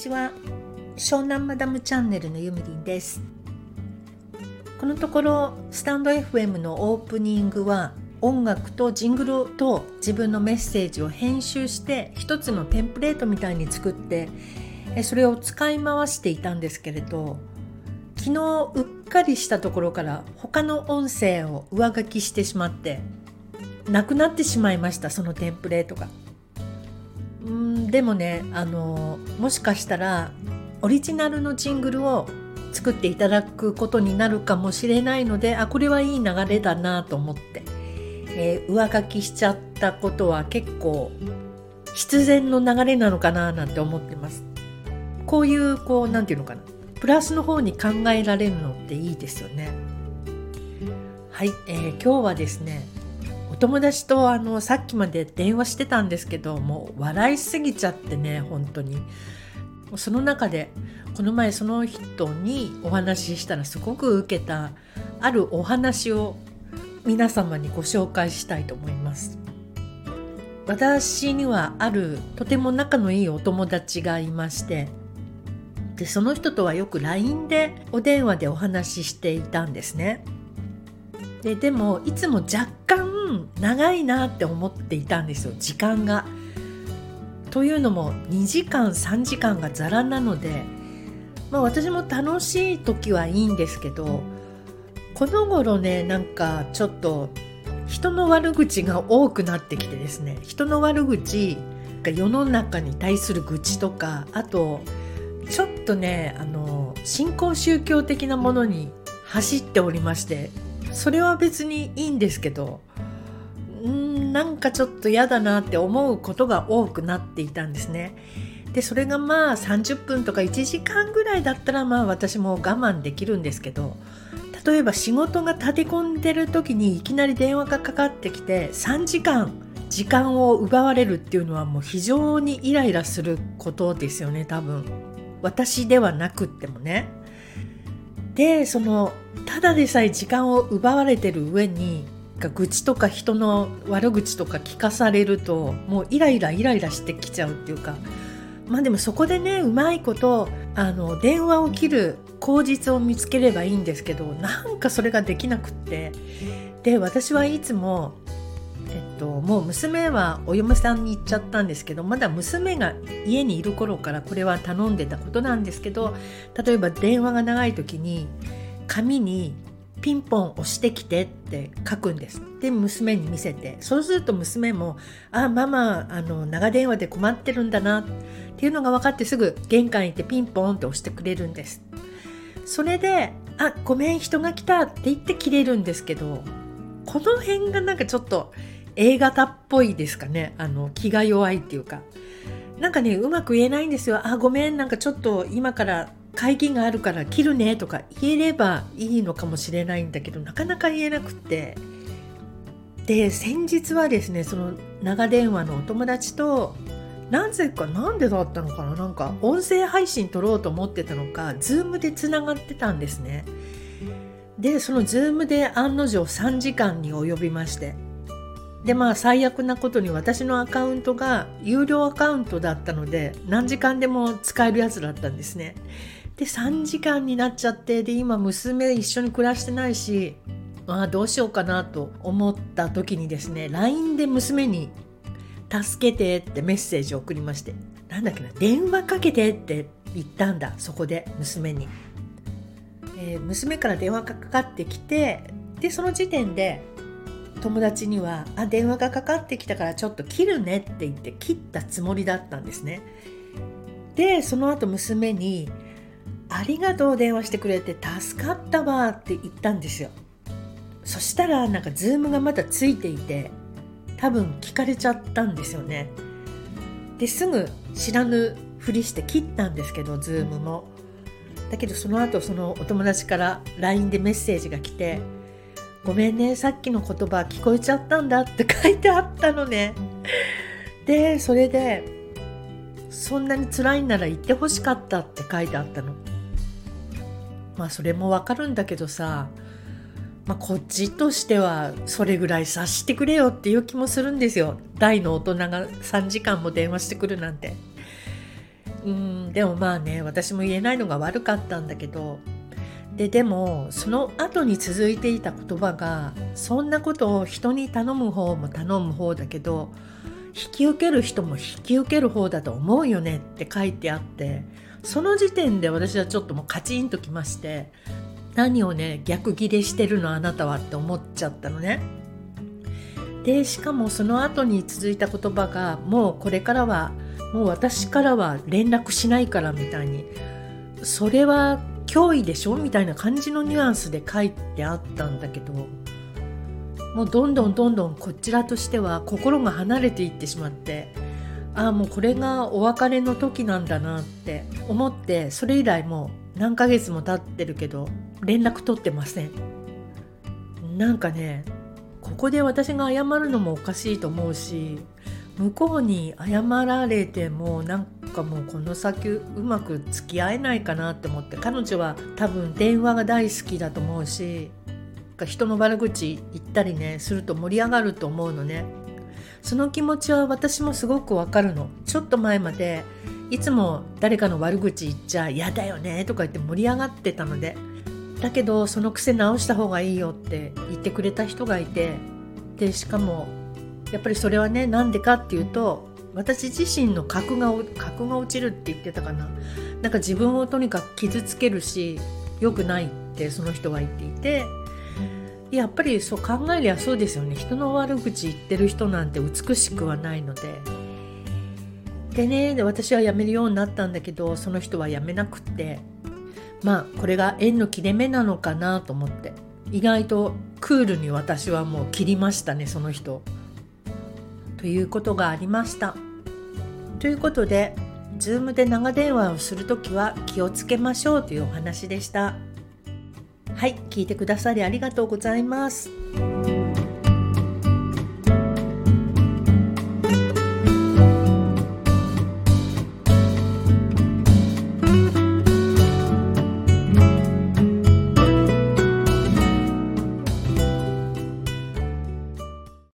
ちは。湘南マダムチャンネルのゆみりんです。このところスタンド FM のオープニングは音楽とジングルと自分のメッセージを編集して一つのテンプレートみたいに作ってそれを使い回していたんですけれど、昨日うっかりしたところから他の音声を上書きしてしまってなくなってしまいました。そのテンプレートがでもね、もしかしたらオリジナルのジングルを作っていただくことになるかもしれないので、これはいい流れだなと思って、上書きしちゃったことは結構必然の流れなのかななんて思ってます。こういうなんていうのかな、プラスの方に考えられるのっていいですよね。はい、今日はですね、お友達とさっきまで電話してたんですけど、もう笑いすぎちゃってね、本当にその中でこの前その人にお話ししたらすごく受けたあるお話を皆様にご紹介したいと思います。私にはあるとても仲のいいお友達がいまして、でその人とはよく LINE でお電話でお話ししていたんですね。でもいつも若干長いなって思っていたんですよ、時間が。というのも2時間3時間がザラなので、私も楽しい時はいいんですけど、この頃ね、なんかちょっと人の悪口が多くなってきてですね、人の悪口が世の中に対する愚痴とか、あとちょっとね、新興宗教的なものに走っておりまして、それは別にいいんですけど、なんかちょっと嫌だなって思うことが多くなっていたんですね。でそれが30分とか1時間ぐらいだったら私も我慢できるんですけど、例えば仕事が立て込んでる時にいきなり電話がかかってきて3時間時間を奪われるっていうのはもう非常にイライラすることですよね、多分。私ではなくってもね。でただでさえ時間を奪われてる上に愚痴とか人の悪口とか聞かされるともうイライラしてきちゃうっていうか、でもそこでね、うまいこと電話を切る口実を見つければいいんですけど、なんかそれができなくって、で私はいつももう娘はお嫁さんに行っちゃったんですけど、まだ娘が家にいる頃からこれは頼んでたことなんですけど、例えば電話が長い時に紙にピンポン押してきてって書くんです。で娘に見せて、そうすると娘もママ長電話で困ってるんだなっていうのが分かって、すぐ玄関行ってピンポンって押してくれるんです。それでごめん人が来たって言って切れるんですけど、この辺がなんかちょっとA型っぽいですかね。気が弱いっていうか、なんかね、うまく言えないんですよ。ごめん、なんかちょっと今から会議があるから切るねとか言えればいいのかもしれないんだけど、なかなか言えなくって、で先日はですね、その長電話のお友達となんでだったのかな、なんか音声配信撮ろうと思ってたのか、ズームでつながってたんですね。でそのズームで案の定3時間に及びまして、で最悪なことに私のアカウントが有料アカウントだったので何時間でも使えるやつだったんですね。で3時間になっちゃって、で今娘一緒に暮らしてないし、どうしようかなと思った時にですね、 LINE で娘に助けてってメッセージを送りまして、電話かけてって言ったんだ。そこで娘に、娘から電話がかかってきて、でその時点で友達には電話がかかってきたからちょっと切るねって言って切ったつもりだったんですね。でその後娘にありがとう電話してくれて助かったわって言ったんですよ。そしたらなんかズームがまだついていて、多分聞かれちゃったんですよね。ですぐ知らぬふりして切ったんですけど、ズームも。だけどその後そのお友達から LINE でメッセージが来て、ごめんね、さっきの言葉聞こえちゃったんだって書いてあったのね。でそれでそんなに辛いなら言ってほしかったって書いてあったの。それもわかるんだけどさ、こっちとしてはそれぐらい察してくれよっていう気もするんですよ。大の大人が3時間も電話してくるなんて。 でもまあね、私も言えないのが悪かったんだけど、でもその後に続いていた言葉が、そんなことを人に頼む方も頼む方だけど、引き受ける人も引き受ける方だと思うよねって書いてあって、その時点で私はちょっともうカチンときまして、何をね逆ギレしてるのあなたはって思っちゃったのね。でしかもその後に続いた言葉が、もうこれからはもう私からは連絡しないからみたいに、それは脅威でしょみたいな感じのニュアンスで書いてあったんだけど、もうどんどんこちらとしては心が離れていってしまって、もうこれがお別れの時なんだなって思って、それ以来もう何ヶ月も経ってるけど連絡取ってません。なんかね、ここで私が謝るのもおかしいと思うし、向こうに謝られてもなんかもうこの先うまく付き合えないかなって思って、彼女は多分電話が大好きだと思うし、人の悪口言ったりねすると盛り上がると思うのね。その気持ちは私もすごくわかるの。ちょっと前までいつも誰かの悪口言っちゃ嫌だよねとか言って盛り上がってたので、だけどその癖直した方がいいよって言ってくれた人がいて、でしかもやっぱりそれはね、なんでかっていうと、私自身の格が落ちるって言ってたかな。なんか自分をとにかく傷つけるし良くないってその人は言っていて、やっぱりそう考えりゃそうですよね。人の悪口言ってる人なんて美しくはないので。で私は辞めるようになったんだけど、その人は辞めなくって、これが縁の切れ目なのかなと思って、意外とクールに私はもう切りましたね、その人ということがありました。ということで、Zoom で長電話をするときは気をつけましょうというお話でした。はい、聞いてくださりありがとうございます。